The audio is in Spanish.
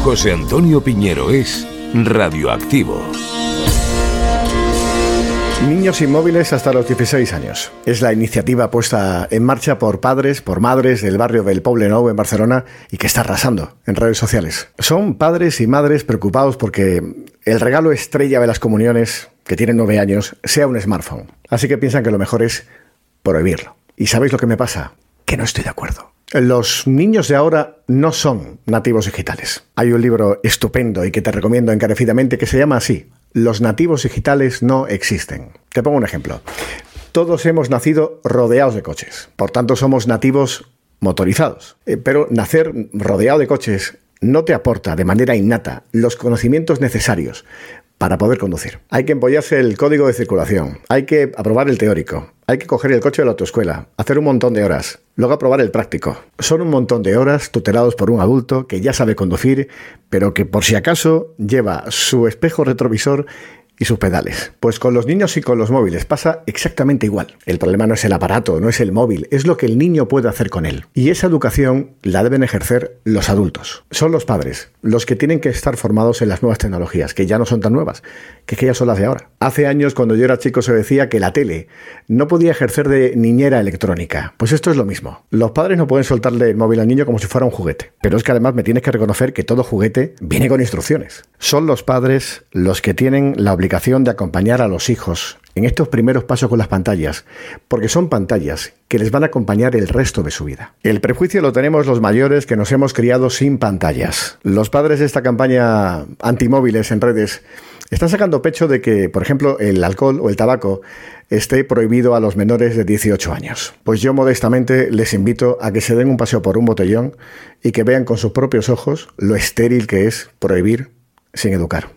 José Antonio Piñero es Radioactivo. Niños inmóviles hasta los 16 años. Es la iniciativa puesta en marcha por padres, por madres del barrio del Poblenou en Barcelona y que está arrasando en redes sociales. Son padres y madres preocupados porque el regalo estrella de las comuniones, que tienen 9 años, sea un smartphone. Así que piensan que lo mejor es prohibirlo. ¿Y sabéis lo que me pasa? Que no estoy de acuerdo. Los niños de ahora no son nativos digitales. Hay un libro estupendo y que te recomiendo encarecidamente que se llama así: Los nativos digitales no existen. Te pongo un ejemplo. Todos hemos nacido rodeados de coches. Por tanto, somos nativos motorizados. Pero nacer rodeado de coches no te aporta de manera innata los conocimientos necesarios para poder conducir. Hay que empollarse el código de circulación, hay que aprobar el teórico, hay que coger el coche de la autoescuela, hacer un montón de horas, luego aprobar el práctico. Son un montón de horas tutelados por un adulto que ya sabe conducir, pero que por si acaso lleva su espejo retrovisor y sus pedales. Pues con los niños y con los móviles pasa exactamente igual. El problema no es el aparato, no es el móvil, es lo que el niño puede hacer con él. Y esa educación la deben ejercer los adultos. Son los padres los que tienen que estar formados en las nuevas tecnologías, que ya no son tan nuevas, que ya son las de ahora. Hace años, cuando yo era chico, se decía que la tele no podía ejercer de niñera electrónica. Pues esto es lo mismo. Los padres no pueden soltarle el móvil al niño como si fuera un juguete. Pero es que además me tienes que reconocer que todo juguete viene con instrucciones. Son los padres los que tienen la obligación de acompañar a los hijos en estos primeros pasos con las pantallas, porque son pantallas que les van a acompañar el resto de su vida. El prejuicio lo tenemos los mayores que nos hemos criado sin pantallas. Los padres de esta campaña antimóviles en redes están sacando pecho de que, por ejemplo, el alcohol o el tabaco esté prohibido a los menores de 18 años. Pues yo modestamente les invito a que se den un paseo por un botellón y que vean con sus propios ojos lo estéril que es prohibir sin educar.